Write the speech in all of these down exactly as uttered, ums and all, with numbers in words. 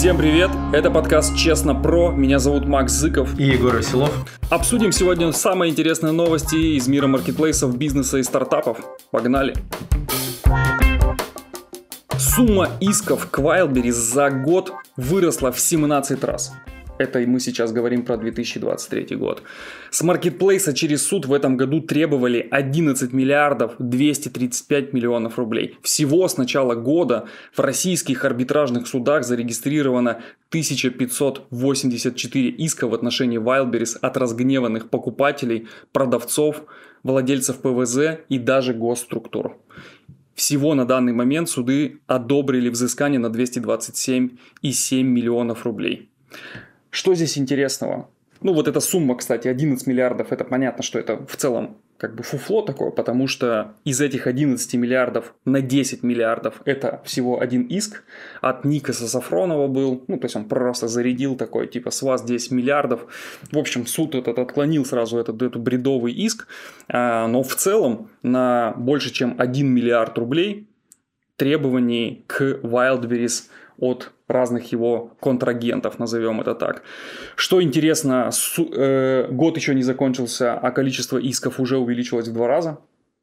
Всем привет! Это подкаст «Честно про». Меня зовут Макс Зыков и Егор Веселов. Обсудим сегодня самые интересные новости из мира маркетплейсов, бизнеса и стартапов. Погнали! Сумма исков к Wildberries за год выросла в семнадцать раз. Это мы сейчас говорим про две тысячи двадцать третий год. С маркетплейса через суд в этом году требовали одиннадцать миллиардов двести тридцать пять миллионов рублей. Всего с начала года в российских арбитражных судах зарегистрировано тысяча пятьсот восемьдесят четыре иска в отношении Wildberries от разгневанных покупателей, продавцов, владельцев ПВЗ и даже госструктур. Всего на данный момент суды одобрили взыскание на двести двадцать семь целых семь десятых миллионов рублей. Что здесь интересного? Ну, вот эта сумма, кстати, одиннадцать миллиардов, это понятно, что это в целом как бы фуфло такое, потому что из этих одиннадцати миллиардов на десять миллиардов это всего один иск от Никаса Сафронова был. Ну, то есть он просто зарядил такой, типа, с вас десять миллиардов. В общем, суд этот отклонил сразу этот, этот бредовый иск. А, но в целом на больше, чем один миллиард рублей требований к Wildberries от разных его контрагентов, назовем это так. Что интересно, су- э, год еще не закончился, а количество исков уже увеличилось в два раза.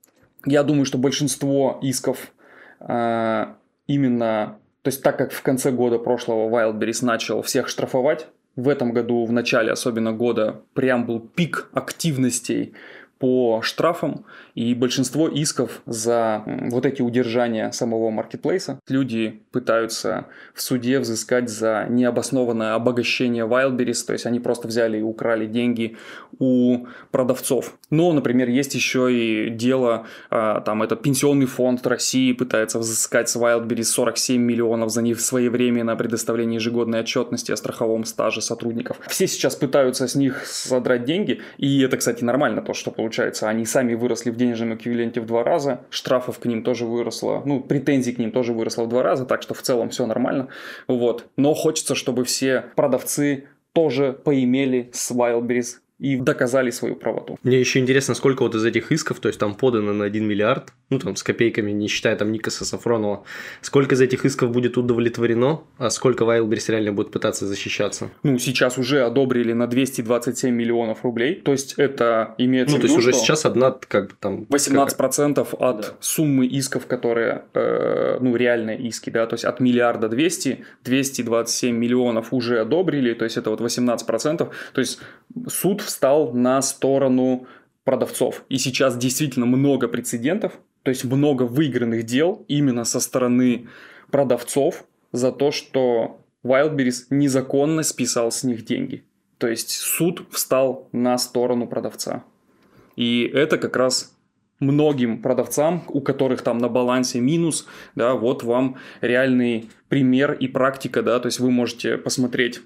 Я думаю, что большинство исков э, именно, то есть так как в конце года прошлого Wildberries начал всех штрафовать, в этом году, в начале особенно года, прям был пик активностей по штрафам, и большинство исков за вот эти удержания самого маркетплейса люди пытаются в суде взыскать за необоснованное обогащение Wildberries, то есть они просто взяли и украли деньги у продавцов. Но, например, есть еще и дело, там этот пенсионный фонд России пытается взыскать с Wildberries сорок семь миллионов за несвоевременное предоставление ежегодной отчетности о страховом стаже сотрудников. Все сейчас пытаются с них содрать деньги, и это, кстати, нормально, то, что получается. Получается, они сами выросли в денежном эквиваленте в два раза, штрафов к ним тоже выросло, ну, претензий к ним тоже выросло в два раза, так что в целом все нормально. Вот. Но хочется, чтобы все продавцы тоже поимели с Wildberries и доказали свою правоту. Мне еще интересно, сколько вот из этих исков, то есть там подано на один миллиард, ну там с копейками, не считая там Никаса Сафронова, сколько из этих исков будет удовлетворено, а сколько Wildberries реально будет пытаться защищаться? Ну, сейчас уже одобрили на двести двадцать семь миллионов рублей, то есть это имеется ну, в виду, то есть уже что сейчас одна как бы там... восемнадцать процентов от да. суммы исков, которые, э, ну, реальные иски, да, то есть от миллиарда двести, двести двадцать семь миллионов уже одобрили, то есть это вот восемнадцать процентов, то есть суд встал на сторону продавцов. И сейчас действительно много прецедентов, то есть много выигранных дел именно со стороны продавцов за то, что Wildberries незаконно списал с них деньги. То есть суд встал на сторону продавца. И это как раз многим продавцам, у которых там на балансе минус, да, вот вам реальный пример и практика, да, то есть вы можете посмотреть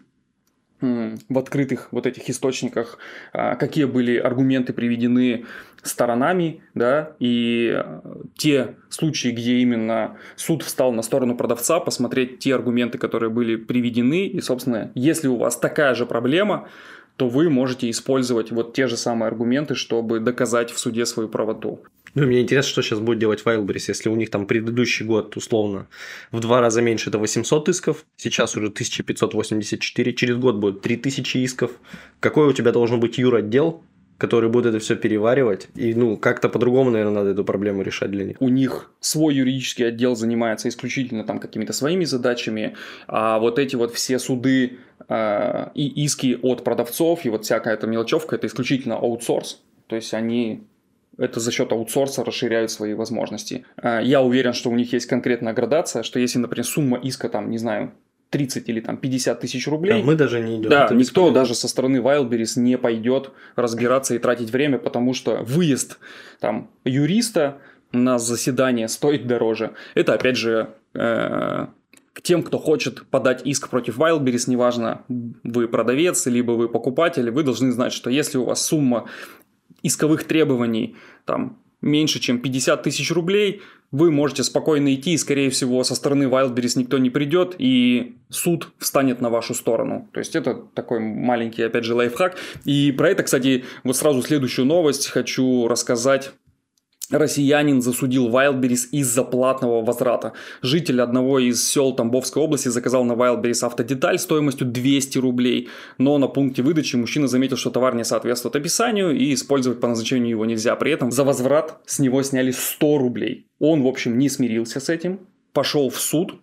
в открытых вот этих источниках, какие были аргументы приведены сторонами, да, и те случаи, где именно суд встал на сторону продавца, посмотреть те аргументы, которые были приведены, и, собственно, если у вас такая же проблема, то вы можете использовать вот те же самые аргументы, чтобы доказать в суде свою правоту. Ну, мне интересно, что сейчас будет делать Wildberries, если у них там предыдущий год, условно, в два раза меньше, это восемьсот исков, сейчас уже тысяча пятьсот восемьдесят четыре, через год будет три тысячи исков. Какой у тебя должен быть юротдел, который будет это все переваривать, и, ну, как-то по-другому, наверное, надо эту проблему решать для них. У них свой юридический отдел занимается исключительно там какими-то своими задачами, а вот эти вот все суды э, и иски от продавцов, и вот всякая эта мелочевка, это исключительно аутсорс, то есть они... Это за счет аутсорса расширяют свои возможности. Я уверен, что у них есть конкретная градация, что если, например, сумма иска, там, не знаю, тридцать или там пятьдесят тысяч рублей. А мы даже не идем. Да, никто даже со стороны Wildberries не пойдет разбираться и тратить время, потому что выезд там юриста на заседание стоит дороже. Это, опять же, э- к тем, кто хочет подать иск против Wildberries, неважно, вы продавец, либо вы покупатель, вы должны знать, что если у вас сумма исковых требований там меньше, чем пятьдесят тысяч рублей, вы можете спокойно идти, и, скорее всего, со стороны Wildberries никто не придет, и суд встанет на вашу сторону. То есть, это такой маленький, опять же, лайфхак. И про это, кстати, вот сразу следующую новость хочу рассказать. россиянин засудил Wildberries из-за платного возврата. Житель одного из сел Тамбовской области заказал на Wildberries автодеталь стоимостью двести рублей, но на пункте выдачи мужчина заметил, что товар не соответствует описанию и использовать по назначению его нельзя. При этом за возврат с него сняли сто рублей. Он, в общем, не смирился с этим, пошел в суд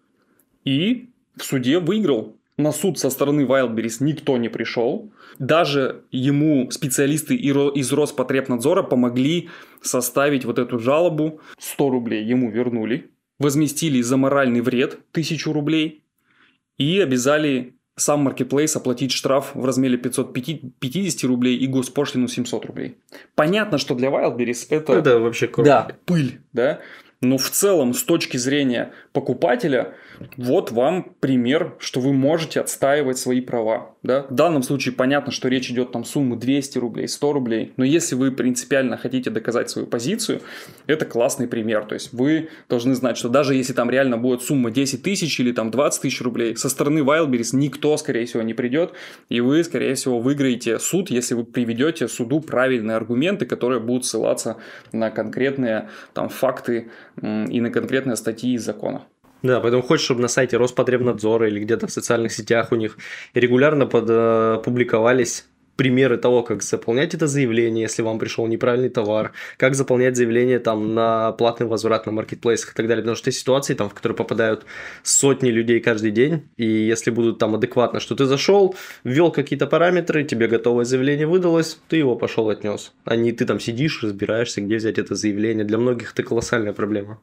и в суде выиграл. На суд со стороны Wildberries никто не пришел. Даже ему специалисты из Роспотребнадзора помогли составить вот эту жалобу. сто рублей ему вернули. Возместили за моральный вред тысячу рублей. И обязали сам Marketplace оплатить штраф в размере пятьсот пятьдесят рублей и госпошлину семьсот рублей. Понятно, что для Wildberries это... Это вообще круто. Да, пыль, да. Но в целом, с точки зрения покупателя, вот вам пример, что вы можете отстаивать свои права. Да? В данном случае понятно, что речь идет там суммы двести рублей, сто рублей. Но если вы принципиально хотите доказать свою позицию, это классный пример. То есть вы должны знать, что даже если там реально будет сумма десять тысяч или там двадцать тысяч рублей, со стороны Wildberries никто, скорее всего, не придет. И вы, скорее всего, выиграете суд, если вы приведете суду правильные аргументы, которые будут ссылаться на конкретные там факты и на конкретные статьи из закона. Да, поэтому хочешь, чтобы на сайте Роспотребнадзора или где-то в социальных сетях у них регулярно под, э, публиковались примеры того, как заполнять это заявление, если вам пришел неправильный товар, как заполнять заявление там на платный возврат на маркетплейсах и так далее. Потому что есть ситуации, там, в которые попадают сотни людей каждый день, и если будут там адекватно, что ты зашел, ввел какие-то параметры, тебе готовое заявление выдалось, ты его пошел отнес. А не ты там сидишь, разбираешься, где взять это заявление. Для многих это колоссальная проблема.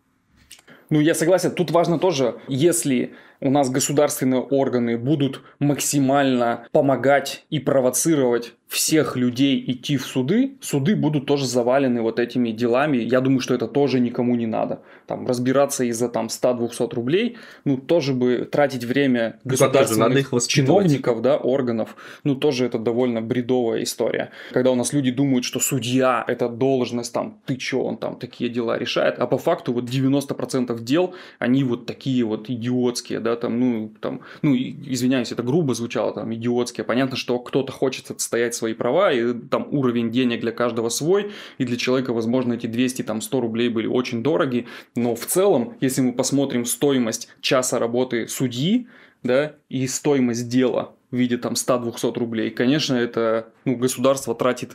Ну, я согласен. Тут важно тоже, если у нас государственные органы будут максимально помогать и провоцировать всех людей идти в суды, суды будут тоже завалены вот этими делами. Я думаю, что это тоже никому не надо. Там разбираться из-за там сто-двести рублей, ну, тоже бы тратить время государственных чиновников, да, органов, ну, тоже это довольно бредовая история. Когда у нас люди думают, что судья – это должность, там, ты чё, он там такие дела решает, а по факту вот девяносто процентов дел, они вот такие вот идиотские, да, там, ну, там, ну, извиняюсь, это грубо звучало, там, идиотские. Понятно, что кто-то хочет отстоять свои права, и там уровень денег для каждого свой, и для человека, возможно, эти двести, там, сто рублей были очень дороги, но в целом, если мы посмотрим стоимость часа работы судьи, да, и стоимость дела в виде там сто-двести рублей, конечно, это, ну, государство тратит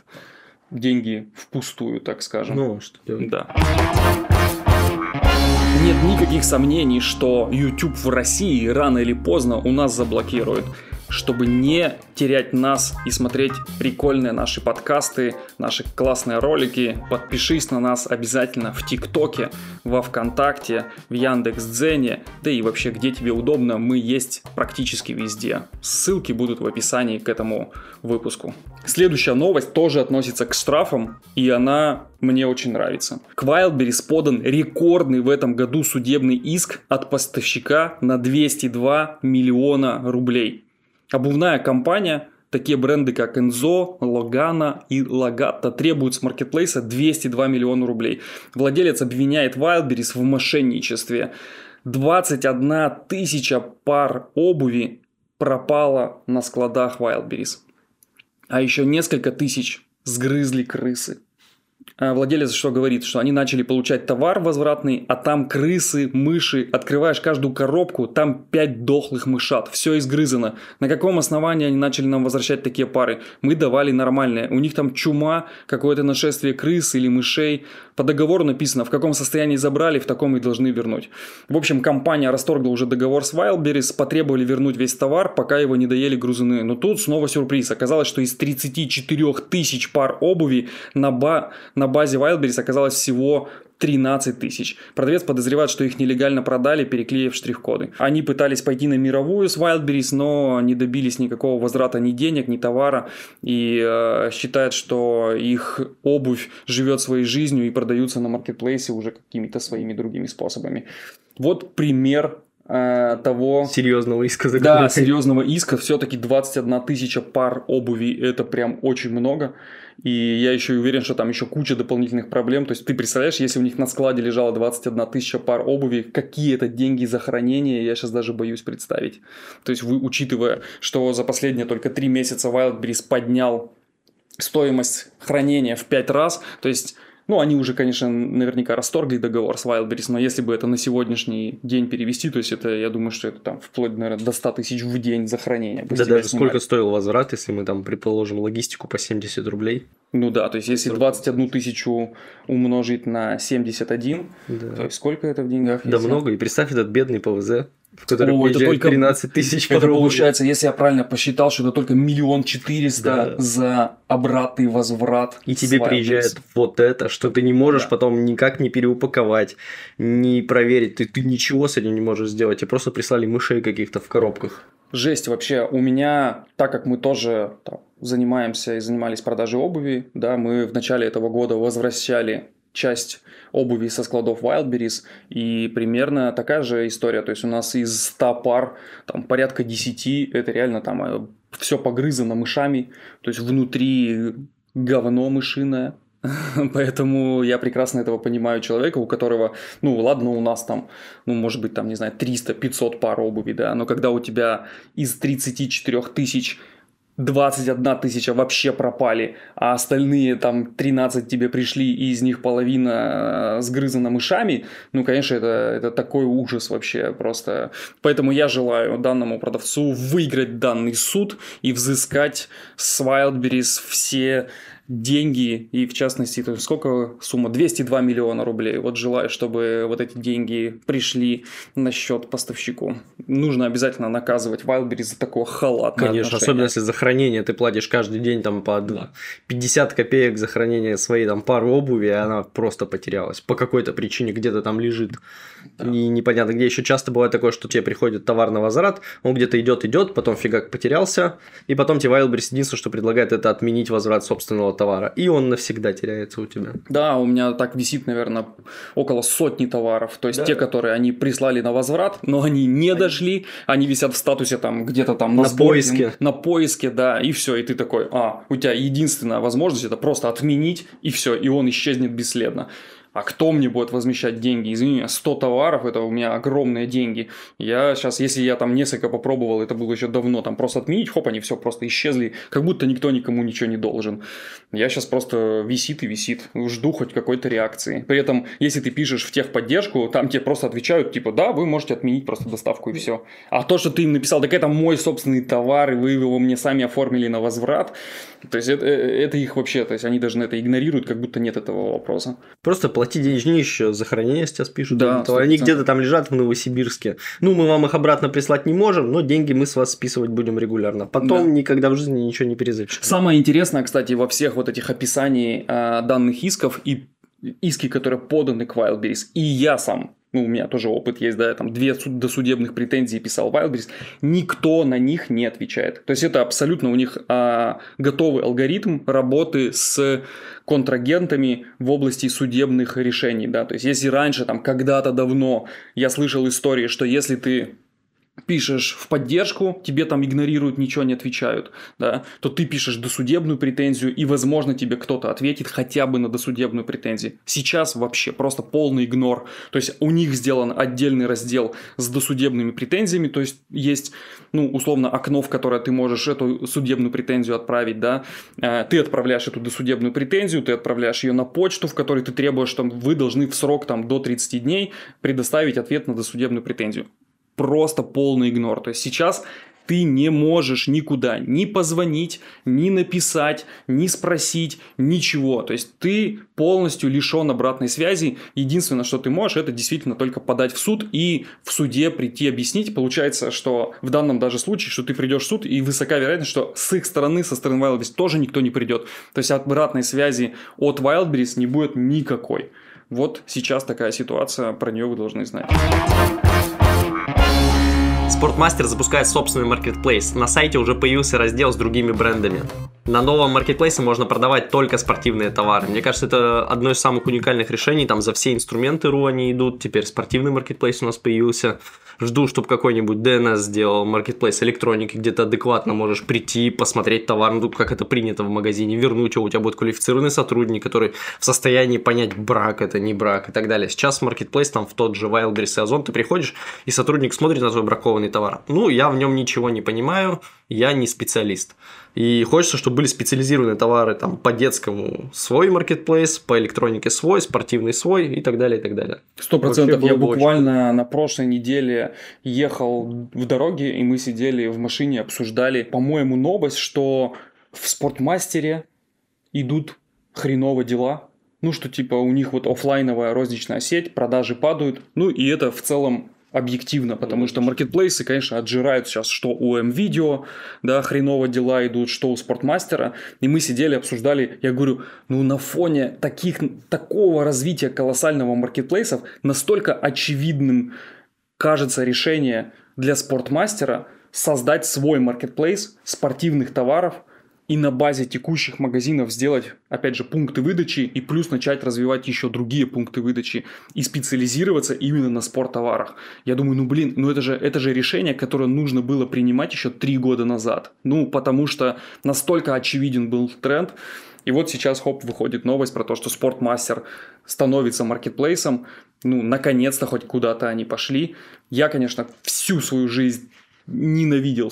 деньги впустую, так скажем. Ну, что делать? Да. Нет никаких сомнений, что YouTube в России рано или поздно у нас заблокируют. Чтобы не терять нас и смотреть прикольные наши подкасты, наши классные ролики, подпишись на нас обязательно в ТикТоке, во ВКонтакте, в Яндекс.Дзене, да и вообще где тебе удобно, мы есть практически везде. Ссылки будут в описании к этому выпуску. Следующая новость тоже относится к штрафам, и она мне очень нравится. К Wildberries подан рекордный в этом году судебный иск от поставщика на двести два миллиона рублей. Обувная компания, такие бренды как Enzo, Logano и Lagatta требуют с маркетплейса двести два миллиона рублей. Владелец обвиняет Wildberries в мошенничестве. двадцать одна тысяча пар обуви пропало на складах Wildberries. А еще несколько тысяч сгрызли крысы. А владелец что говорит, что они начали получать товар возвратный, а там крысы, мыши, открываешь каждую коробку, там пять дохлых мышат, все изгрызано. На каком основании они начали нам возвращать такие пары? Мы давали нормальные, у них там чума, какое-то нашествие крыс или мышей. По договору написано, в каком состоянии забрали, в таком и должны вернуть. В общем, компания расторгла уже договор с Wildberries, потребовали вернуть весь товар, пока его не доели грызуны. Но тут снова сюрприз. Оказалось, что из тридцати четырёх тысяч пар обуви на, ба... на базе Wildberries оказалось всего тринадцать тысяч. Продавец подозревает, что их нелегально продали, переклеив штрих-коды. Они пытались пойти на мировую с Wildberries, но не добились никакого возврата ни денег, ни товара. И э, считают, что их обувь живет своей жизнью и продаются на маркетплейсе уже какими-то своими другими способами. Вот пример э, того... Серьезного иска. Да, серьезного иска. Все-таки двадцать одна тысяча пар обуви. Это прям очень много. И я еще и уверен, что там еще куча дополнительных проблем. То есть ты представляешь, если у них на складе лежало двадцать одна тысяча пар обуви, какие это деньги за хранение, я сейчас даже боюсь представить. То есть вы, учитывая, что за последние только три месяца Wildberries поднял стоимость хранения в пять раз, то есть Ну, они уже, конечно, наверняка расторгли договор с Wildberries, но если бы это на сегодняшний день перевести, то есть это, я думаю, что это там вплоть, наверное, до ста тысяч в день за хранение. Да даже снимали. Сколько стоил возврат, если мы там предположим логистику по семьдесят рублей? Ну да, то есть если двадцать одну тысячу умножить на семьдесят один, да. То есть сколько это в деньгах? Да если... много, и представь этот бедный ПВЗ, в котором О, это только тринадцать тысяч. Это получается, если я правильно посчитал, что это только миллион четыреста за обратный возврат. И тебе приезжает вот это, что ты не можешь да. потом никак не переупаковать, не проверить. Ты, ты ничего с этим не можешь сделать. Тебе просто прислали мышей каких-то в коробках. Жесть вообще. У меня, так как мы тоже там, занимаемся и занимались продажей обуви, да, мы в начале этого года возвращали часть обуви со складов Wildberries, и примерно такая же история, то есть у нас из ста пар там порядка десяти, это реально там все погрызано мышами, то есть внутри говно мышиное. Поэтому я прекрасно этого понимаю человека, у которого, ну ладно, у нас там, ну может быть там, не знаю, триста-пятьсот пар обуви, да, но когда у тебя из тридцати четырёх тысяч двадцать одна тысяча вообще пропали, а остальные там тринадцать тебе пришли, и из них половина сгрызана мышами, ну, конечно, это, это такой ужас вообще просто. Поэтому я желаю данному продавцу выиграть данный суд и взыскать с Wildberries все деньги, и в частности, то есть сколько сумма? двести два миллиона рублей. Вот желаю, чтобы вот эти деньги пришли на счет поставщику. Нужно обязательно наказывать Wildberries за такое халатное Конечно, отношение. Особенно если за хранение ты платишь каждый день там по пятьдесят копеек за хранение своей там пары обуви, и она просто потерялась. По какой-то причине где-то там лежит. Да. И непонятно где. Еще часто бывает такое, что тебе приходит товар на возврат, он где-то идет, идет, потом фигак потерялся, и потом тебе Wildberries единственное, что предлагает, это отменить возврат собственного товара, и он навсегда теряется у тебя. Да, у меня так висит, наверное, около сотни товаров, то есть да. те, которые они прислали на возврат, но они не они... дошли, они висят в статусе там где-то там на, на сборе, поиске. На поиске, да, и все, и ты такой, а, у тебя единственная возможность это просто отменить, и все, и он исчезнет бесследно. А кто мне будет возмещать деньги? Извини, сто товаров – это у меня огромные деньги. Я сейчас, если я там несколько попробовал, это было еще давно, там просто отменить, хоп, они все просто исчезли, как будто никто никому ничего не должен. Я сейчас просто висит и висит, жду хоть какой-то реакции. При этом, если ты пишешь в техподдержку, там тебе просто отвечают, типа, да, вы можете отменить просто доставку и все. А то, что ты им написал, так это мой собственный товар, и вы его мне сами оформили на возврат, то есть это, это их вообще, то есть они даже это игнорируют, как будто нет этого вопроса. Просто плати денежнище за хранение, сейчас пишут. Да, они где-то там лежат в Новосибирске. Ну, мы вам их обратно прислать не можем, но деньги мы с вас списывать будем регулярно. Потом да. никогда в жизни ничего не перезапишем. Самое интересное, кстати, во всех вот этих описаний э, данных исков и иски, которые поданы к Wildberries, и я сам, ну, у меня тоже опыт есть, да, я там две досудебных претензии писал Wildberries, никто на них не отвечает. То есть, это абсолютно у них а, готовый алгоритм работы с контрагентами в области судебных решений, да. То есть, если раньше, там, когда-то давно я слышал истории, что если ты пишешь в поддержку, тебе там игнорируют, ничего не отвечают, да, то ты пишешь досудебную претензию, и, возможно, тебе кто-то ответит хотя бы на досудебную претензию. Сейчас вообще просто полный игнор. То есть, у них сделан отдельный раздел с досудебными претензиями, то есть, есть, ну, условно, окно, в которое ты можешь эту судебную претензию отправить, да, ты отправляешь эту досудебную претензию, ты отправляешь ее на почту, в которой ты требуешь, что вы должны в срок там до тридцати дней предоставить ответ на досудебную претензию. Просто полный игнор. То есть сейчас ты не можешь никуда ни позвонить, ни написать, ни спросить, ничего. То есть ты полностью лишен обратной связи. Единственное, что ты можешь, это действительно только подать в суд и в суде прийти объяснить. Получается, что в данном даже случае, что ты придешь в суд, и высока вероятность, что с их стороны, со стороны Wildberries тоже никто не придет. То есть обратной связи от Wildberries не будет никакой. Вот сейчас такая ситуация, про нее вы должны знать. Спортмастер запускает собственный маркетплейс. На сайте уже появился раздел с другими брендами. На новом маркетплейсе можно продавать только спортивные товары. Мне кажется, это одно из самых уникальных решений. Там за все инструменты РУ они идут. Теперь спортивный маркетплейс у нас появился. Жду, чтобы какой-нибудь ди эн эс сделал маркетплейс электроники, где ты адекватно можешь прийти, посмотреть товар, ну, как это принято в магазине, вернуть его. У тебя будет квалифицированный сотрудник, который в состоянии понять, брак это, не брак и так далее. Сейчас маркетплейс, там в тот же Wildberries и Озон, ты приходишь, и сотрудник смотрит на твой бракованный товар. Ну, я в нем ничего не понимаю. я не специалист. И хочется, чтобы были специализированные товары там, по детскому свой маркетплейс, по электронике свой, спортивный свой и так далее, и так далее. Сто процентов. Я буквально очень... на прошлой неделе ехал в дороге, и мы сидели в машине, обсуждали, по-моему, новость, что в Спортмастере идут хреново дела. Ну, что типа у них вот офлайновая розничная сеть, продажи падают. Ну, и это в целом объективно, потому что маркетплейсы, конечно, отжирают сейчас, что у М-Видео, да, хреново дела идут, что у Спортмастера. И мы сидели, обсуждали, я говорю, ну на фоне таких, такого развития колоссального маркетплейсов настолько очевидным кажется решение для Спортмастера создать свой маркетплейс спортивных товаров и на базе текущих магазинов сделать, опять же, пункты выдачи и плюс начать развивать еще другие пункты выдачи и специализироваться именно на спорттоварах. Я думаю, ну блин, ну это же, это же решение, которое нужно было принимать еще три года назад. Ну, потому что настолько очевиден был тренд. И вот сейчас, хоп, выходит новость про то, что Спортмастер становится маркетплейсом. Ну, наконец-то хоть куда-то они пошли. Я, конечно, всю свою жизнь ненавидел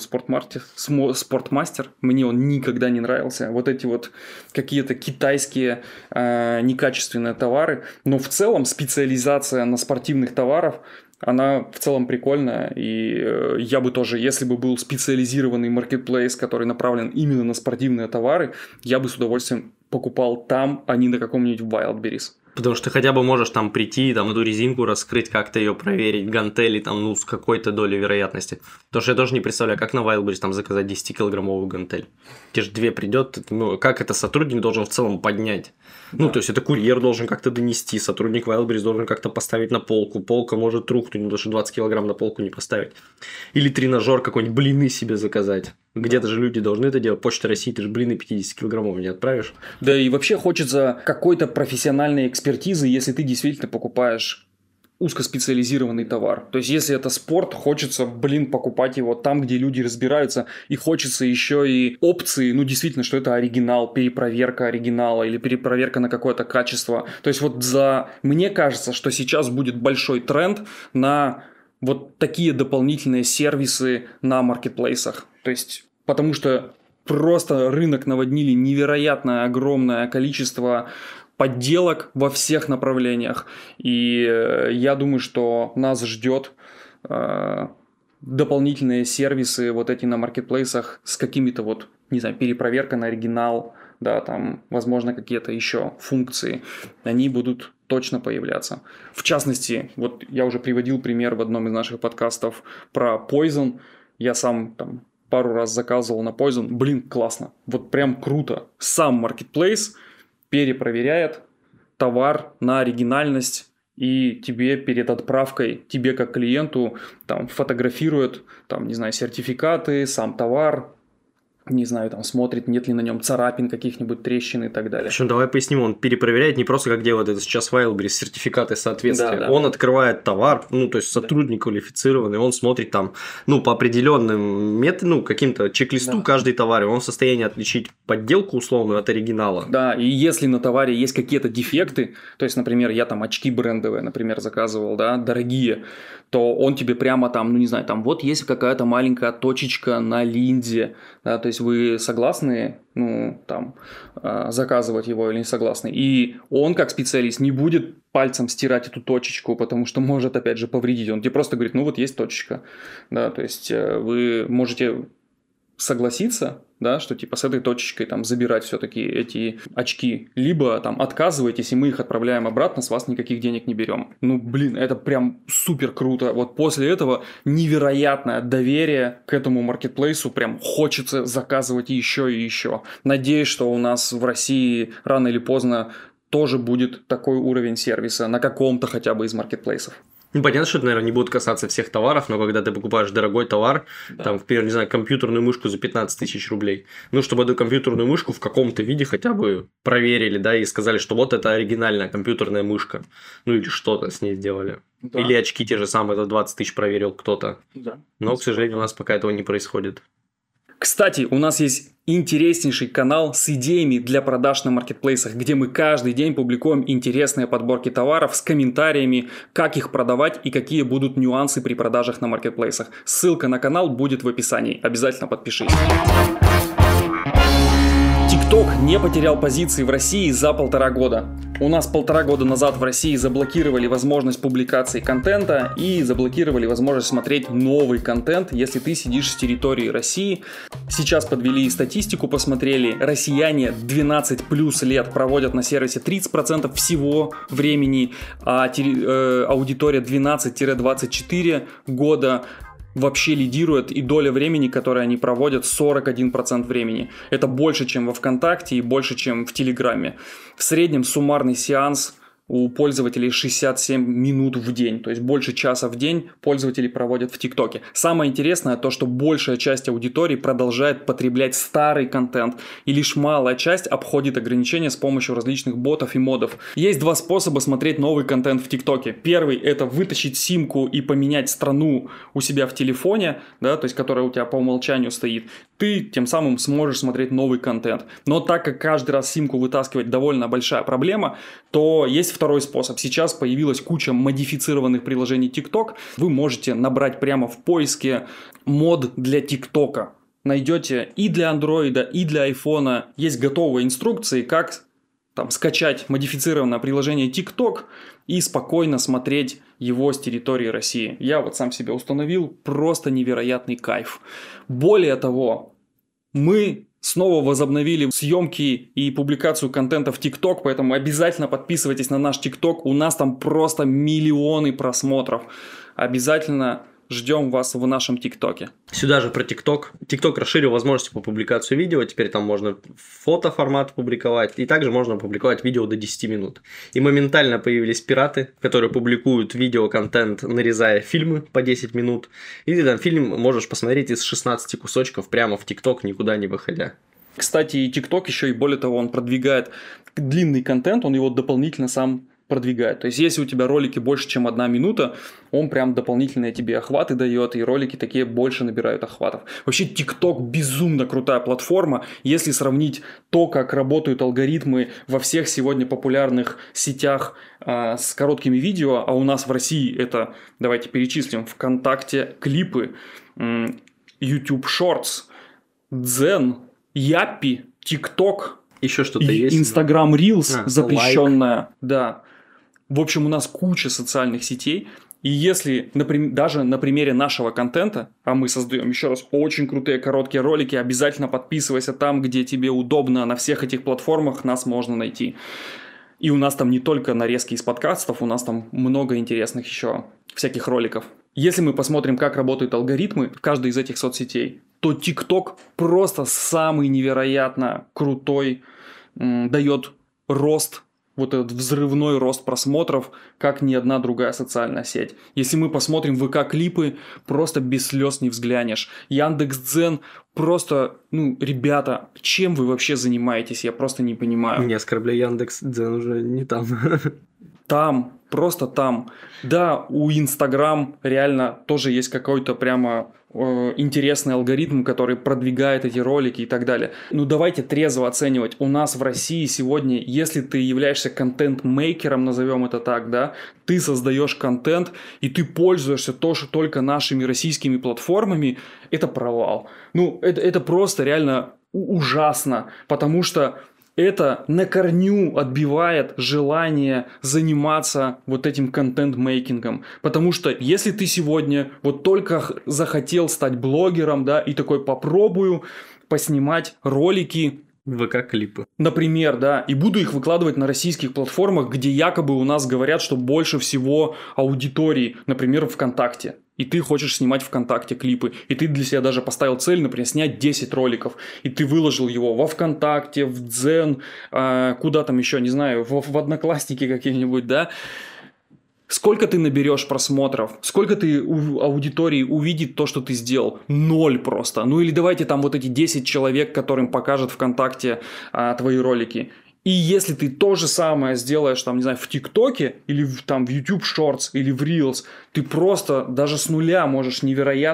Спортмастер, мне он никогда не нравился, вот эти вот какие-то китайские э, некачественные товары, но в целом специализация на спортивных товарах, она в целом прикольная, и э, я бы тоже, если бы был специализированный маркетплейс, который направлен именно на спортивные товары, я бы с удовольствием покупал там, а не на каком-нибудь Wildberries. Потому что ты хотя бы можешь там прийти, там эту резинку раскрыть, как-то ее проверить, гантели там, ну, с какой-то долей вероятности. Потому что я тоже не представляю, как на Wildberries там заказать десятикилограммовую гантель. Те же две придет, ну, как это сотрудник должен в целом поднять. Ну, да. То есть, это курьер должен как-то донести, сотрудник Wildberries должен как-то поставить на полку. Полка может рухнуть, потому что двадцать килограмм на полку не поставить. Или тренажер какой-нибудь, блины себе заказать. Где-то же люди должны это делать. Почта России, ты же блины пятидесятикилограммовые не отправишь. Да и вообще хочется какой-то профессиональной экспертизы, если ты действительно покупаешь узкоспециализированный товар. То есть, если это спорт, хочется, блин, покупать его там, где люди разбираются, и хочется еще и опции, ну, действительно, что это оригинал, перепроверка оригинала или перепроверка на какое-то качество. То есть, вот за... Мне кажется, что сейчас будет большой тренд на вот такие дополнительные сервисы на маркетплейсах. То есть, потому что просто рынок наводнили невероятное огромное количество подделок во всех направлениях. И я думаю, что нас ждет э, дополнительные сервисы вот эти на маркетплейсах с какими-то вот, не знаю, перепроверка на оригинал, да, там, возможно, какие-то еще функции. Они будут точно появляться. В частности, вот я уже приводил пример в одном из наших подкастов про Poizon. Я сам там пару раз заказывал на Poizon. Блин, классно. Вот прям круто. Сам маркетплейс перепроверяет товар на оригинальность и тебе перед отправкой, тебе как клиенту там фотографирует, там, не знаю, сертификаты, сам товар, не знаю, там смотрит, нет ли на нем царапин, каких-нибудь трещин и так далее. Причем давай поясним, он перепроверяет не просто как делает это сейчас Wildberries, сертификаты соответствия. Да, да. Он открывает товар, ну, то есть сотрудник да. квалифицированный, он смотрит там, ну, по определенным методам, ну, каким-то чек-листу да. каждый товар, и он в состоянии отличить подделку условную от оригинала. Да, и если на товаре есть какие-то дефекты, то есть, например, я там очки брендовые, например, заказывал, да, дорогие, то он тебе прямо там, ну, не знаю, там вот есть какая-то маленькая точечка на линзе, да, то есть вы согласны, ну, там, заказывать его или не согласны. И он, как специалист, не будет пальцем стирать эту точечку, потому что может, опять же, повредить. Он тебе просто говорит, ну, вот есть точечка. Да, то есть вы можете согласиться, да, что типа с этой точечкой там забирать все-таки эти очки, либо там отказываетесь, и мы их отправляем обратно, с вас никаких денег не берем. Ну, блин, это прям супер круто. Вот после этого невероятное доверие к этому маркетплейсу, прям хочется заказывать еще и еще. Надеюсь, что у нас в России рано или поздно тоже будет такой уровень сервиса на каком-то хотя бы из маркетплейсов. Ну, понятно, что это, наверное, не будет касаться всех товаров, но когда ты покупаешь дорогой товар, да. там, например, не знаю, компьютерную мышку за пятнадцать тысяч рублей, ну, чтобы эту компьютерную мышку в каком-то виде хотя бы проверили, да, и сказали, что вот это оригинальная компьютерная мышка, ну, или что-то с ней сделали. Да. Или очки те же самые, за двадцать тысяч проверил кто-то. Да. Но, к сожалению, у нас пока этого не происходит. Кстати, у нас есть интереснейший канал с идеями для продаж на маркетплейсах, где мы каждый день публикуем интересные подборки товаров с комментариями, как их продавать и какие будут нюансы при продажах на маркетплейсах. Ссылка на канал будет в описании. Обязательно подпишись. TikTok не потерял позиции в России за полтора года. У нас полтора года назад в России заблокировали возможность публикации контента и заблокировали возможность смотреть новый контент, если ты сидишь с территории России. Сейчас подвели статистику, посмотрели. Россияне двенадцать плюс лет проводят на сервисе тридцать процентов всего времени, а э, аудитория двенадцать-двадцать четыре года вообще лидирует, и доля времени, которую они проводят, сорок один процент времени. Это больше, чем во ВКонтакте и больше, чем в Телеграме. В среднем суммарный сеанс у пользователей шестьдесят семь минут в день, то есть больше часа в день пользователи проводят в ТикТоке. Самое интересное то, что большая часть аудитории продолжает потреблять старый контент, и лишь малая часть обходит ограничения с помощью различных ботов и модов. Есть два способа смотреть новый контент в ТикТоке. Первый — это вытащить симку и поменять страну у себя в телефоне, да, то есть которая у тебя по умолчанию стоит. Ты тем самым сможешь смотреть новый контент. Но так как каждый раз симку вытаскивать довольно большая проблема, то есть второй способ. Сейчас появилась куча модифицированных приложений TikTok. Вы можете набрать прямо в поиске мод для TikTok. Найдете и для Android, и для iPhone. Есть готовые инструкции, как там скачать модифицированное приложение TikTok и спокойно смотреть его с территории России. Я вот сам себе установил, просто невероятный кайф. Более того, мы снова возобновили съемки и публикацию контента в TikTok, поэтому обязательно подписывайтесь на наш TikTok, у нас там просто миллионы просмотров. Обязательно ждем вас в нашем ТикТоке. Сюда же про TikTok. TikTok расширил возможности по публикации видео. Теперь там можно фотоформат публиковать. И также можно публиковать видео до десяти минут. И моментально появились пираты, которые публикуют видеоконтент, нарезая фильмы по десять минут. И ты там фильм можешь посмотреть из шестнадцати кусочков прямо в TikTok, никуда не выходя. Кстати, и TikTok еще и более того, он продвигает длинный контент, он его дополнительно сам продвигает. То есть, если у тебя ролики больше, чем одна минута, он прям дополнительные тебе охваты дает, и ролики такие больше набирают охватов. Вообще, TikTok безумно крутая платформа. Если сравнить то, как работают алгоритмы во всех сегодня популярных сетях э, с короткими видео, а у нас в России это, давайте перечислим, ВКонтакте клипы, э, YouTube Shorts, Дзен, Яппи, TikTok, еще что-то есть. Instagram Reels а, запрещенная, лайк. Да. В общем, у нас куча социальных сетей. И если, например, даже на примере нашего контента, а мы создаем, еще раз, очень крутые короткие ролики, обязательно подписывайся там, где тебе удобно, на всех этих платформах нас можно найти. И у нас там не только нарезки из подкастов, у нас там много интересных еще всяких роликов. Если мы посмотрим, как работают алгоритмы в каждой из этих соцсетей, то TikTok просто самый невероятно крутой, м, дает рост, вот этот взрывной рост просмотров, как ни одна другая социальная сеть. Если мы посмотрим ВК-клипы, просто без слез не взглянешь. Яндекс.Дзен просто, ну, ребята, чем вы вообще занимаетесь? Я просто не понимаю. Не оскорбляй, Яндекс.Дзен уже не там. Там, просто там. Да, у Инстаграм реально тоже есть какой-то прямо э, интересный алгоритм, который продвигает эти ролики и так далее. Ну давайте трезво оценивать. У нас в России сегодня, если ты являешься контент-мейкером, назовем это так, да, ты создаешь контент и ты пользуешься тоже только нашими российскими платформами, это провал. Ну это, это просто реально ужасно, потому что это на корню отбивает желание заниматься вот этим контент-мейкингом. Потому что если ты сегодня вот только захотел стать блогером, да, и такой попробую поснимать ролики, ВК-клипы. например, да, и буду их выкладывать на российских платформах, где якобы у нас говорят, что больше всего аудитории, например, ВКонтакте. И ты хочешь снимать ВКонтакте клипы, и ты для себя даже поставил цель, например, снять десять роликов, и ты выложил его во ВКонтакте, в Дзен, э, куда там еще, не знаю, в, в Одноклассники какие-нибудь, да. Сколько ты наберешь просмотров? Сколько ты у аудитории увидит то, что ты сделал? Ноль просто. Ну или давайте там вот эти десять человек, которым покажет ВКонтакте а, твои ролики. И если ты то же самое сделаешь, там, не знаю, в ТикТоке или в, там, в YouTube Shorts или в Reels, ты просто даже с нуля можешь невероятных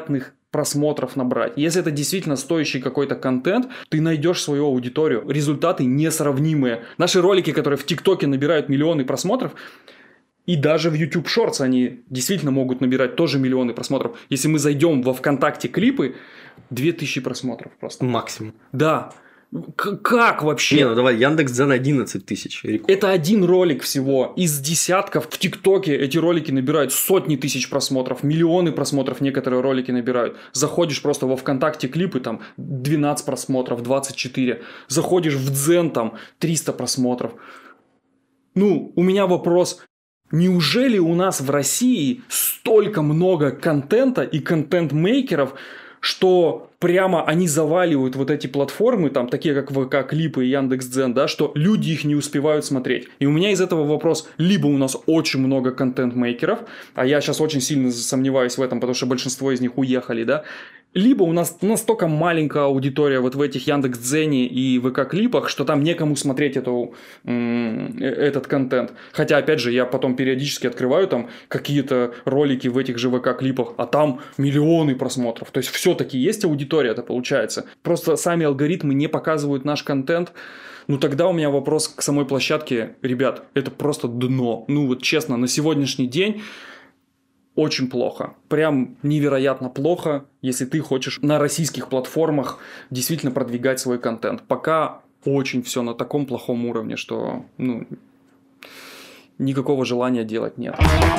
просмотров набрать. Если это действительно стоящий какой-то контент, ты найдешь свою аудиторию. Результаты несравнимые. Наши ролики, которые в ТикТоке набирают миллионы просмотров, и даже в YouTube Shorts они действительно могут набирать тоже миллионы просмотров. Если мы зайдем во ВКонтакте клипы, две тысячи просмотров просто. Максимум. Да. К- как вообще? Не, ну давай, Яндекс.Дзен одиннадцать тысяч. Это один ролик всего. Из десятков в ТикТоке эти ролики набирают сотни тысяч просмотров, миллионы просмотров некоторые ролики набирают. Заходишь просто во ВКонтакте клипы, там двенадцать просмотров, двадцать четыре. Заходишь в Дзен, там триста просмотров. Ну, у меня вопрос. Неужели у нас в России столько много контента и контент-мейкеров, что прямо они заваливают вот эти платформы, там, такие как ВК Клипы и Яндекс.Дзен, да, что люди их не успевают смотреть. И у меня из этого вопрос, либо у нас очень много контент-мейкеров, а я сейчас очень сильно сомневаюсь в этом, потому что большинство из них уехали, да, либо у нас настолько маленькая аудитория вот в этих Яндекс.Дзене и ВК Клипах, что там некому смотреть эту, м- этот контент. Хотя, опять же, я потом периодически открываю там какие-то ролики в этих же ВК Клипах, а там миллионы просмотров. То есть, все-таки есть аудитория, это получается. Просто сами алгоритмы не показывают наш контент. Ну, тогда у меня вопрос к самой площадке. Ребят, это просто дно. Ну, вот честно, на сегодняшний день... Очень плохо. Прям невероятно плохо, если ты хочешь на российских платформах действительно продвигать свой контент. Пока очень все на таком плохом уровне, что ну, никакого желания делать нет.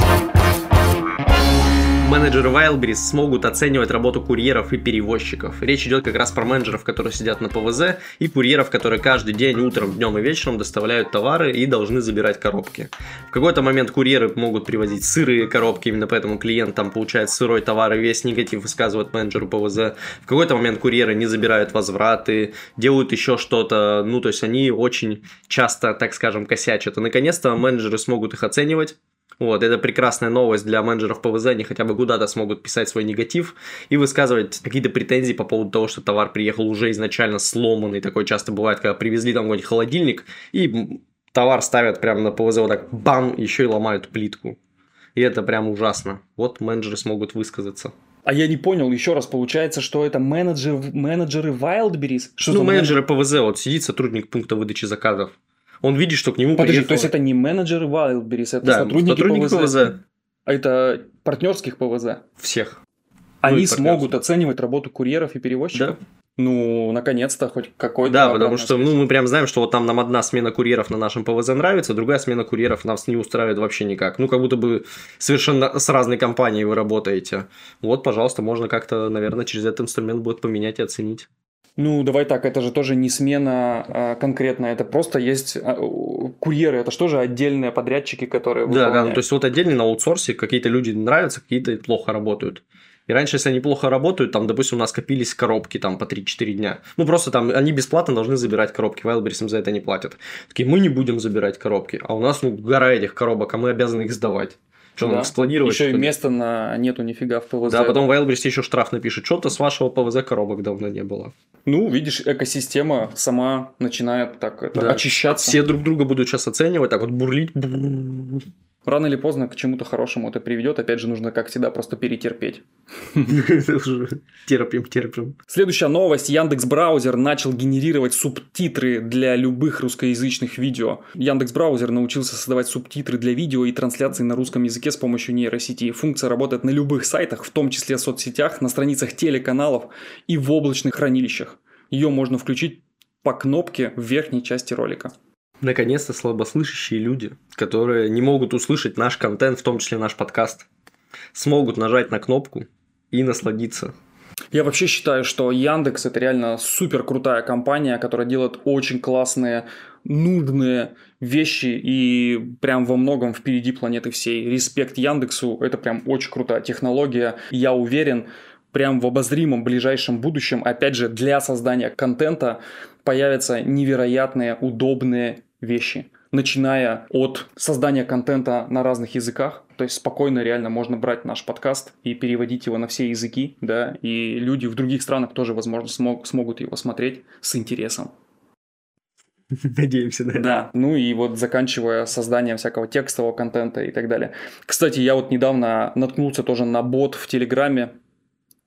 Менеджеры Wildberries смогут оценивать работу курьеров и перевозчиков. Речь идет как раз про менеджеров, которые сидят на ПВЗ, и курьеров, которые каждый день, утром, днем и вечером доставляют товары и должны забирать коробки. В какой-то момент курьеры могут привозить сырые коробки, именно поэтому клиент там получает сырой товар и весь негатив высказывает менеджеру ПВЗ. В какой-то момент курьеры не забирают возвраты, делают еще что-то, ну то есть они очень часто, так скажем, косячат. И наконец-то менеджеры смогут их оценивать. Вот, это прекрасная новость для менеджеров ПВЗ, они хотя бы куда-то смогут писать свой негатив и высказывать какие-то претензии по поводу того, что товар приехал уже изначально сломанный. Такое часто бывает, когда привезли там какой-нибудь холодильник, и товар ставят прямо на ПВЗ вот так, бам, еще и ломают плитку. И это прям ужасно. Вот менеджеры смогут высказаться. А я не понял, еще раз, получается, что это менеджеры, менеджеры Wildberries? Что ну, менеджеры ПВЗ, вот сидит сотрудник пункта выдачи заказов. Он видит, что к нему Подожди, приехало... то есть это не менеджеры Wildberries, это да, сотрудники, сотрудники ПВЗ. ПВЗ. А это партнерских ПВЗ? Всех. Они ну, смогут оценивать работу курьеров и перевозчиков? Да. Ну, наконец-то хоть какой-то... Да, потому что ну, мы прям знаем, что вот там нам одна смена курьеров на нашем ПВЗ нравится, другая смена курьеров нас не устраивает вообще никак. Ну, как будто бы совершенно с разной компанией вы работаете. Вот, пожалуйста, можно как-то, наверное, через этот инструмент будет поменять и оценить. Ну, давай так, это же тоже не смена а, конкретная, это просто есть а, курьеры, это что же отдельные подрядчики, которые выполняют. Да, да, ну, то есть вот отдельно на аутсорсе какие-то люди нравятся, какие-то плохо работают. И раньше, если они плохо работают, там, допустим, у нас копились коробки там по три-четыре дня. Ну, просто там они бесплатно должны забирать коробки, Wildberries им за это не платят. Такие, мы не будем забирать коробки, а у нас, ну, гора этих коробок, а мы обязаны их сдавать. Что, да. Нам складировать? Еще и места на... нету нифига в ПВЗ. Да, потом Wildberries еще штраф напишет. Что-то с вашего ПВЗ коробок давно не было. Ну, видишь, экосистема сама начинает так это, да. очищаться. Все друг друга будут сейчас оценивать, так вот бурлить. Рано или поздно к чему-то хорошему это приведет. Опять же, нужно, как всегда, просто перетерпеть. Терпим, терпим. Следующая новость. Яндекс.Браузер начал генерировать субтитры для любых русскоязычных видео. Яндекс.Браузер научился создавать субтитры для видео и трансляции на русском языке с помощью нейросети. Функция работает на любых сайтах, в том числе в соцсетях, на страницах телеканалов и в облачных хранилищах. Ее можно включить по кнопке в верхней части ролика. Наконец-то слабослышащие люди, которые не могут услышать наш контент, в том числе наш подкаст, смогут нажать на кнопку и насладиться. Я вообще считаю, что Яндекс – это реально супер крутая компания, которая делает очень классные, нужные вещи и прям во многом впереди планеты всей. Респект Яндексу, это прям очень крутая технология. Я уверен, прям в обозримом ближайшем будущем, опять же, для создания контента появятся невероятные, удобные вещи. Начиная от создания контента на разных языках, то есть спокойно реально можно брать наш подкаст и переводить его на все языки, да, и люди в других странах тоже, возможно, смог, смогут его смотреть с интересом. Надеемся, да. Да, ну и вот заканчивая созданием всякого текстового контента и так далее. Кстати, я вот недавно наткнулся тоже на бот в Телеграме,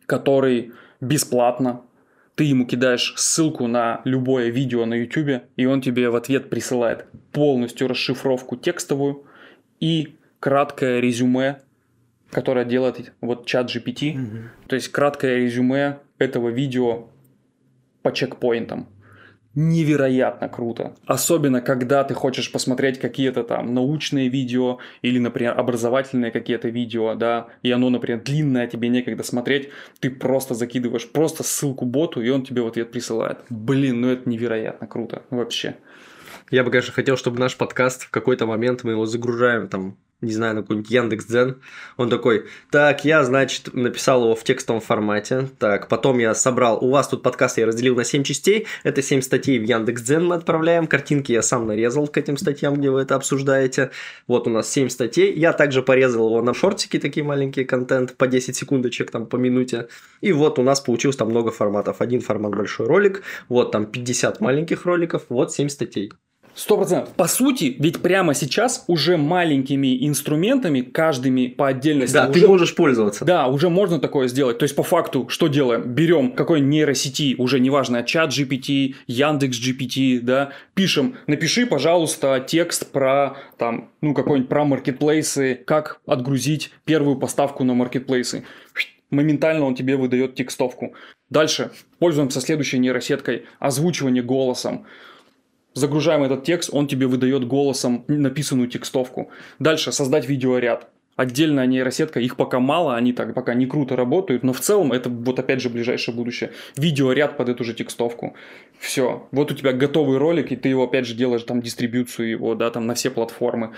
который бесплатно, ты ему кидаешь ссылку на любое видео на YouTube, и он тебе в ответ присылает полностью расшифровку текстовую и краткое резюме, которое делает вот чат джи пи ти. Mm-hmm. То есть краткое резюме этого видео по чекпоинтам. Невероятно круто. Особенно, когда ты хочешь посмотреть какие-то там научные видео или, например, образовательные какие-то видео, да, и оно, например, длинное, тебе некогда смотреть, ты просто закидываешь просто ссылку боту, и он тебе в ответ присылает. Блин, ну это невероятно круто вообще. Я бы, конечно, хотел, чтобы наш подкаст в какой-то момент мы его загружаем там, не знаю, на какой-нибудь Яндекс.Дзен. Он такой: так, я, значит, написал его в текстовом формате. Так, потом я собрал... У вас тут подкаст я разделил на семь частей. Это семь статей в Яндекс.Дзен мы отправляем. Картинки я сам нарезал к этим статьям, где вы это обсуждаете. Вот у нас семь статей. Я также порезал его на шортики, такие маленькие контент, по десять секундочек, там, по минуте. И вот у нас получилось там много форматов. Один формат большой ролик, вот там пятьдесят маленьких роликов, вот семь статей. Сто процентов. По сути, ведь прямо сейчас уже маленькими инструментами, каждыми по отдельности. Да, уже, ты можешь пользоваться. Да, уже можно такое сделать. То есть, по факту, что делаем? Берем какой нейросети, уже неважно, чат джи пи ти, Яндекс джи пи ти, да, пишем: напиши, пожалуйста, текст про, там, ну, какой-нибудь про маркетплейсы, как отгрузить первую поставку на маркетплейсы. Моментально он тебе выдает текстовку. Дальше пользуемся следующей нейросеткой: озвучивание голосом. Загружаем этот текст, он тебе выдает голосом написанную текстовку. Дальше создать видеоряд. Отдельная нейросетка, их пока мало, они так пока не круто работают, но в целом это вот опять же ближайшее будущее. Видеоряд под эту же текстовку. Все. Вот у тебя готовый ролик, и ты его опять же делаешь там дистрибьюцию его, да, там на все платформы.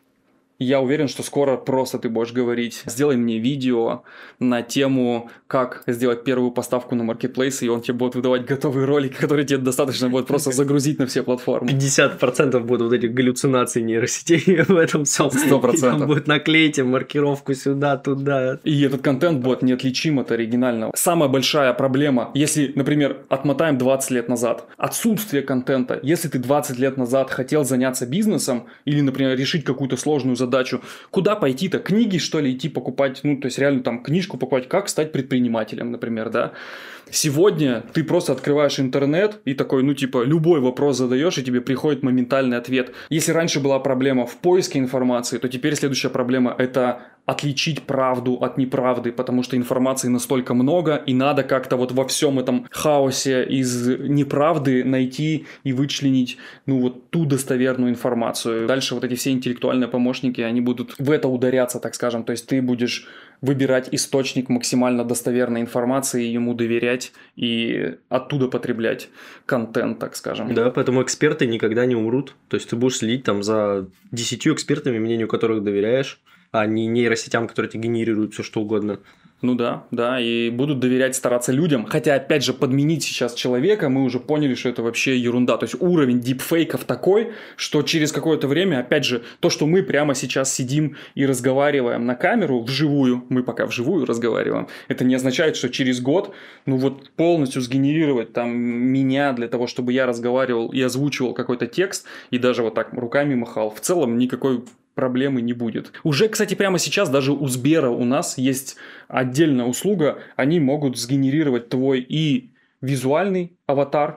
Я уверен, что скоро просто ты будешь говорить: сделай мне видео на тему, как сделать первую поставку на маркетплейс, и он тебе будет выдавать готовый ролик, который тебе достаточно будет просто загрузить на все платформы. пятьдесят процентов будут вот этих галлюцинаций нейросетей в этом всем. сто процентов. Там будет наклеить маркировку сюда, туда. И этот контент будет неотличим от оригинального. Самая большая проблема, если, например, отмотаем двадцать лет назад, отсутствие контента. Если ты двадцать лет назад хотел заняться бизнесом или, например, решить какую-то сложную задачу, Задачу. Куда пойти-то? Книги, что ли, идти покупать? Ну, то есть, реально там книжку покупать, как стать предпринимателем, например, да? Сегодня ты просто открываешь интернет и такой, ну, типа, любой вопрос задаешь, и тебе приходит моментальный ответ. Если раньше была проблема в поиске информации, то теперь следующая проблема – это отличить правду от неправды, потому что информации настолько много, и надо как-то вот во всем этом хаосе из неправды найти и вычленить, ну, вот ту достоверную информацию. Дальше вот эти все интеллектуальные помощники, они будут в это ударяться, так скажем, то есть ты будешь выбирать источник максимально достоверной информации, ему доверять и оттуда потреблять контент, так скажем. Да, поэтому эксперты никогда не умрут. То есть ты будешь следить там за десятью экспертами, мнению которых доверяешь, а не нейросетям, которые тебе генерируют все что угодно. Ну да, да, и будут доверять, стараться людям. Хотя, опять же, подменить сейчас человека, мы уже поняли, что это вообще ерунда. То есть уровень дипфейков такой, что через какое-то время, опять же, то, что мы прямо сейчас сидим и разговариваем на камеру вживую, мы пока вживую разговариваем, это не означает, что через год, ну вот полностью сгенерировать там меня для того, чтобы я разговаривал и озвучивал какой-то текст, и даже вот так руками махал, в целом никакой проблемы не будет. Уже, кстати, прямо сейчас даже у Сбера у нас есть отдельная услуга. Они могут сгенерировать твой и визуальный аватар,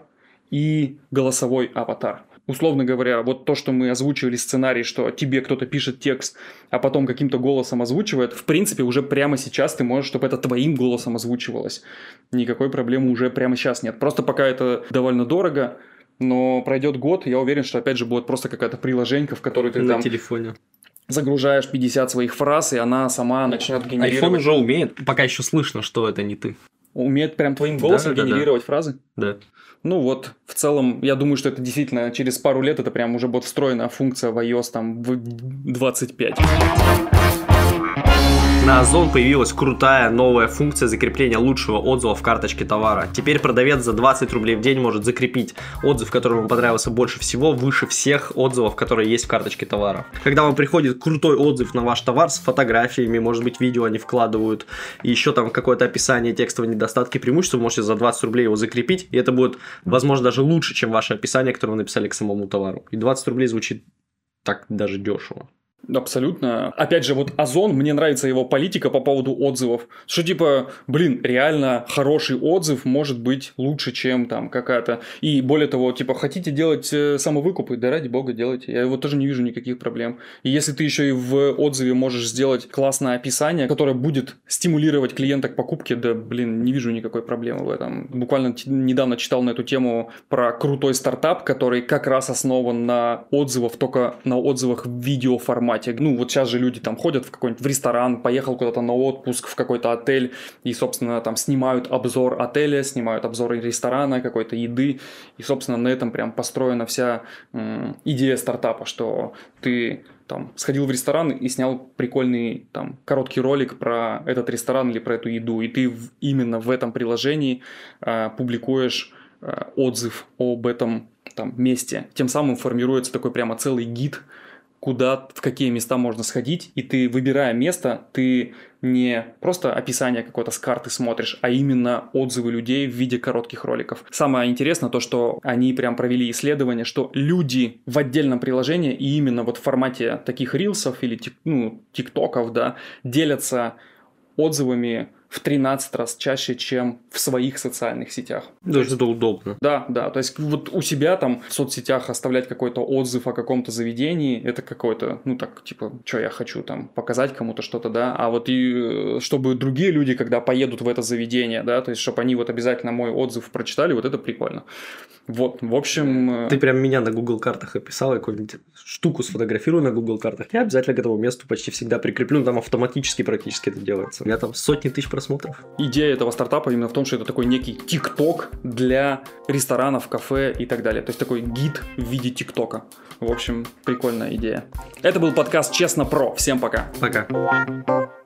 и голосовой аватар. Условно говоря, вот то, что мы озвучивали сценарий, что тебе кто-то пишет текст, а потом каким-то голосом озвучивает, в принципе, уже прямо сейчас ты можешь, чтобы это твоим голосом озвучивалось. Никакой проблемы уже прямо сейчас нет. Просто пока это довольно дорого. Но пройдет год, я уверен, что опять же будет просто какая-то приложенька, в которую ты на там телефоне загружаешь пятьдесят своих фраз, и она сама начнет генерировать. iPhone уже умеет, пока еще слышно, что это не ты. Умеет прям твоим голосом да, генерировать да, да. фразы? Да. Ну вот, в целом, я думаю, что это действительно через пару лет это прям уже будет встроенная функция в iOS там в двадцать пять. На Озон появилась крутая новая функция закрепления лучшего отзыва в карточке товара. Теперь продавец за двадцать рублей в день может закрепить отзыв, который ему понравился больше всего, выше всех отзывов, которые есть в карточке товара. Когда вам приходит крутой отзыв на ваш товар с фотографиями, может быть, видео они вкладывают, и еще там какое-то описание, текстовые недостатки, преимущества, вы можете за двадцать рублей его закрепить, и это будет, возможно, даже лучше, чем ваше описание, которое вы написали к самому товару. И двадцать рублей звучит так даже дешево. Абсолютно. Опять же, вот Озон, мне нравится его политика по поводу отзывов. Что типа, блин, реально хороший отзыв может быть лучше, чем там какая-то. И более того, типа, хотите делать самовыкупы, да ради бога делайте. Я его тоже не вижу никаких проблем. И если ты еще и в отзыве можешь сделать классное описание, которое будет стимулировать клиента к покупке, да, блин, не вижу никакой проблемы в этом. Буквально недавно читал на эту тему про крутой стартап, который как раз основан на отзывах, только на отзывах в видеоформате. Ну, вот сейчас же люди там ходят в какой-нибудь в ресторан, поехал куда-то на отпуск в какой-то отель и, собственно, там снимают обзор отеля, снимают обзоры ресторана, какой-то еды. И, собственно, на этом прям построена вся м- идея стартапа, что ты там сходил в ресторан и снял прикольный там короткий ролик про этот ресторан или про эту еду. И ты в, именно в этом приложении э, публикуешь э, отзыв об этом там месте. Тем самым формируется такой прямо целый гид, куда, в какие места можно сходить, и ты, выбирая место, ты не просто описание какое-то с карты смотришь, а именно отзывы людей в виде коротких роликов. Самое интересное то, что они прям провели исследование, что люди в отдельном приложении и именно вот в формате таких рилсов или ну, тиктоков, да, делятся отзывами в тринадцать раз чаще, чем в своих социальных сетях. Даже это удобно. Да, да. То есть вот у себя там в соцсетях оставлять какой-то отзыв о каком-то заведении, это какой-то, ну так, типа, что я хочу там показать кому-то что-то, да. А вот и чтобы другие люди, когда поедут в это заведение, да, то есть чтобы они вот обязательно мой отзыв прочитали, вот это прикольно. Вот, в общем... Ты прям меня на Google картах описал, я какую-нибудь штуку сфотографирую на Google картах, я обязательно к этому месту почти всегда прикреплю, ну, там автоматически практически это делается. У меня там сотни тысяч просмотров. Идея этого стартапа именно в том, что это такой некий ТикТок для ресторанов, кафе и так далее. То есть такой гид в виде ТикТока. В общем, прикольная идея. Это был подкаст «Честно про». Всем пока. Пока.